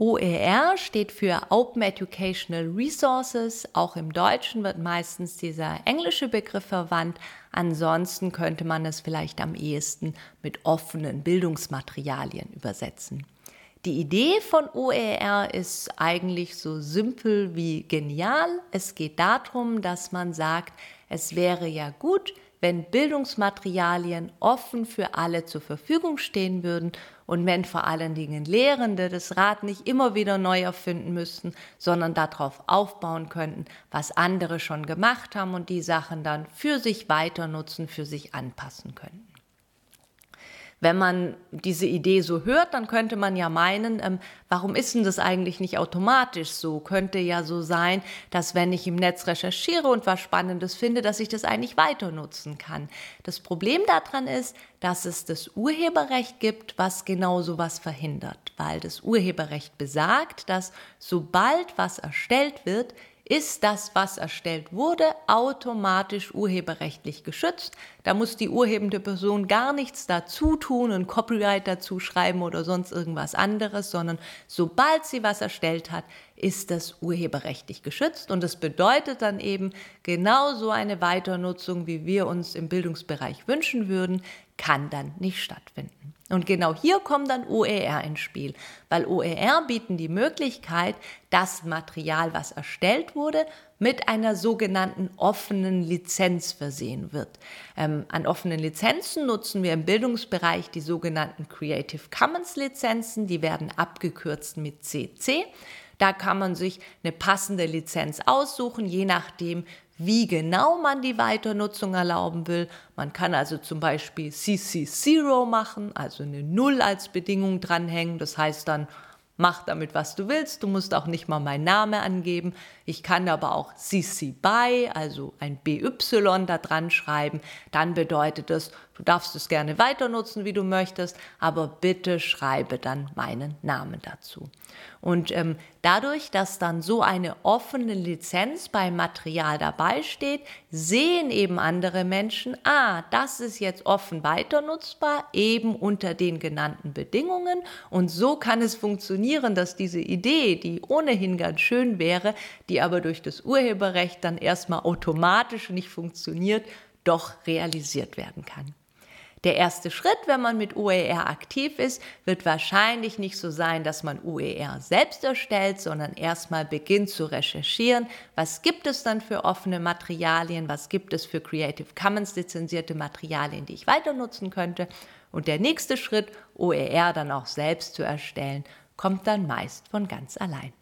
OER steht für Open Educational Resources. Auch im Deutschen wird meistens dieser englische Begriff verwandt. Ansonsten könnte man es vielleicht am ehesten mit offenen Bildungsmaterialien übersetzen. Die Idee von OER ist eigentlich so simpel wie genial. Es geht darum, dass man sagt, es wäre ja gut, wenn Bildungsmaterialien offen für alle zur Verfügung stehen würden und wenn vor allen Dingen Lehrende das Rad nicht immer wieder neu erfinden müssten, sondern darauf aufbauen könnten, was andere schon gemacht haben und die Sachen dann für sich weiter nutzen, für sich anpassen könnten. Wenn man diese Idee so hört, dann könnte man ja meinen, warum ist denn das eigentlich nicht automatisch so? Könnte ja so sein, dass wenn ich im Netz recherchiere und was Spannendes finde, dass ich das eigentlich weiter nutzen kann. Das Problem daran ist, dass es das Urheberrecht gibt, was genau sowas verhindert. Weil das Urheberrecht besagt, dass sobald was erstellt wird, ist das, was erstellt wurde, automatisch urheberrechtlich geschützt. Da muss die urhebende Person gar nichts dazu tun, ein Copyright dazu schreiben oder sonst irgendwas anderes, sondern sobald sie was erstellt hat, ist das urheberrechtlich geschützt. Und das bedeutet dann eben, genau so eine Weiternutzung, wie wir uns im Bildungsbereich wünschen würden, kann dann nicht stattfinden. Und genau hier kommt dann OER ins Spiel, weil OER bieten die Möglichkeit, das Material, was erstellt wurde, mit einer sogenannten offenen Lizenz versehen wird. An offenen Lizenzen nutzen wir im Bildungsbereich die sogenannten Creative Commons Lizenzen, die werden abgekürzt mit CC. Da kann man sich eine passende Lizenz aussuchen, je nachdem, wie genau man die Weiternutzung erlauben will. Man kann also zum Beispiel CC0 machen, also eine Null als Bedingung dranhängen. Das heißt dann, mach damit, was du willst. Du musst auch nicht mal meinen Namen angeben. Ich kann aber auch CC BY, also ein BY da dran schreiben. Dann bedeutet das, du darfst es gerne weiter nutzen, wie du möchtest, aber bitte schreibe dann meinen Namen dazu. Und dadurch, dass dann so eine offene Lizenz beim Material dabei steht, sehen eben andere Menschen, das ist jetzt offen weiter nutzbar, eben unter den genannten Bedingungen. Und so kann es funktionieren, dass diese Idee, die ohnehin ganz schön wäre, die aber durch das Urheberrecht dann erstmal automatisch nicht funktioniert, doch realisiert werden kann. Der erste Schritt, wenn man mit OER aktiv ist, wird wahrscheinlich nicht so sein, dass man OER selbst erstellt, sondern erstmal beginnt zu recherchieren, was gibt es dann für offene Materialien, was gibt es für Creative Commons lizenzierte Materialien, die ich weiter nutzen könnte. Und der nächste Schritt, OER dann auch selbst zu erstellen, kommt dann meist von ganz allein.